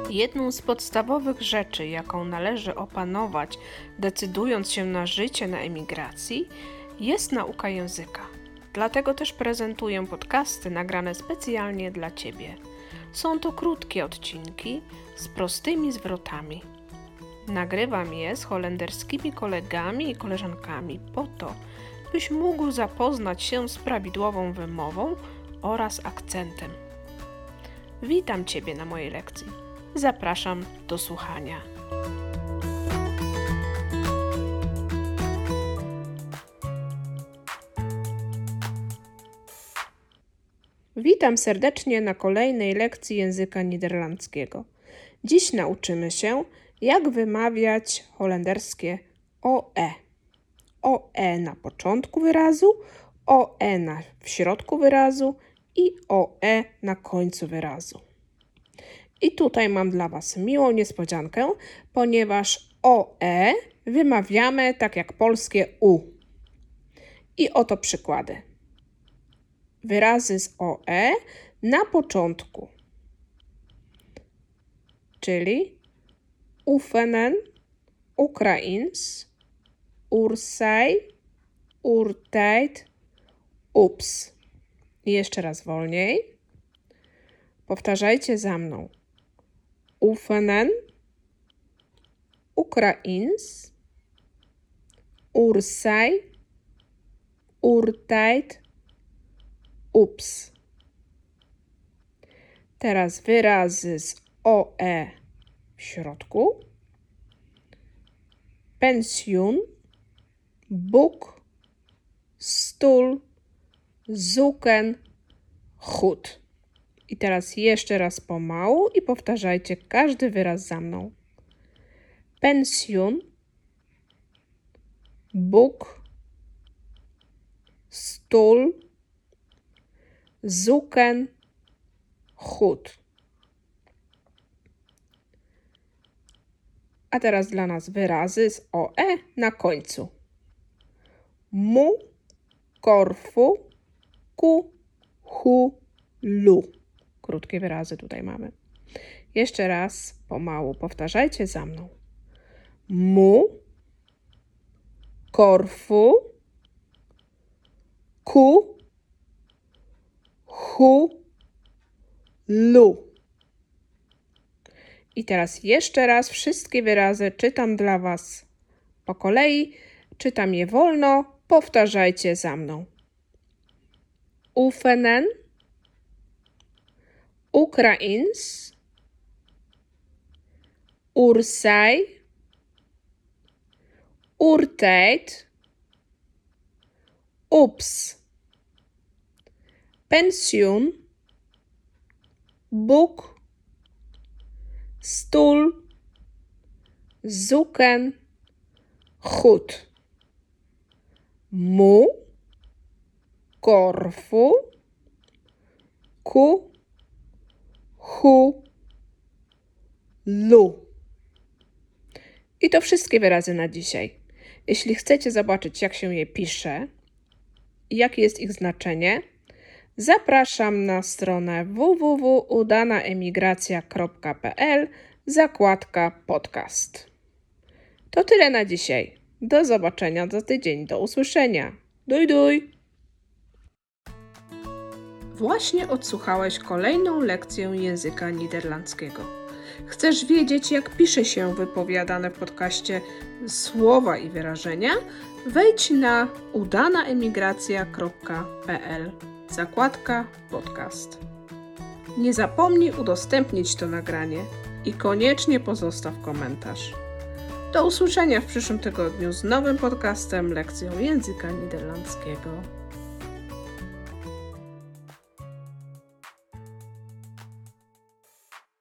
Jedną z podstawowych rzeczy, jaką należy opanować, decydując się na życie na emigracji, jest nauka języka. Dlatego też prezentuję podcasty nagrane specjalnie dla Ciebie. Są to krótkie odcinki z prostymi zwrotami. Nagrywam je z holenderskimi kolegami i koleżankami po to, byś mógł zapoznać się z prawidłową wymową oraz akcentem. Witam Ciebie na mojej lekcji. Zapraszam do słuchania. Witam serdecznie na kolejnej lekcji języka niderlandzkiego. Dziś nauczymy się, jak wymawiać holenderskie OE. OE na początku wyrazu, OE w środku wyrazu i OE na końcu wyrazu. I tutaj mam dla Was miłą niespodziankę, ponieważ OE wymawiamy tak jak polskie U. I oto przykłady. Wyrazy z OE na początku, czyli oefenen, Oekraïens, oerzij, oertijd, oeps. I jeszcze raz wolniej. Powtarzajcie za mną. Oefenen, Oekraïens, oerzij, oertijd, oeps. Teraz wyrazy z OE w środku. Pensioen, boek, stoel, zoeken, goed. I teraz jeszcze raz pomału i powtarzajcie każdy wyraz za mną. Pensioen, boek, stoel, zoeken, goed. A teraz dla nas wyrazy z OE na końcu. Mu, korfu, ku, hu, lu. Krótkie wyrazy tutaj mamy. Jeszcze raz pomału powtarzajcie za mną. Mu, korfu, ku, hu, lu. I teraz jeszcze raz wszystkie wyrazy czytam dla Was po kolei. Czytam je wolno. Powtarzajcie za mną. Oefenen, Oekraïens, oerzij, oertijd, oeps. Pensioen, boek, stoel, zoeken, goed. Mu, korfu, ku, hu, lu. I to wszystkie wyrazy na dzisiaj. Jeśli chcecie zobaczyć, jak się je pisze i jakie jest ich znaczenie, zapraszam na stronę www.udanaemigracja.pl, zakładka podcast. To tyle na dzisiaj. Do zobaczenia za tydzień. Do usłyszenia. Duj, duj! Właśnie odsłuchałeś kolejną lekcję języka niderlandzkiego. Chcesz wiedzieć, jak pisze się wypowiadane w podcaście słowa i wyrażenia? Wejdź na udanaemigracja.pl, zakładka podcast. Nie zapomnij udostępnić to nagranie i koniecznie pozostaw komentarz. Do usłyszenia w przyszłym tygodniu z nowym podcastem, lekcją języka niderlandzkiego.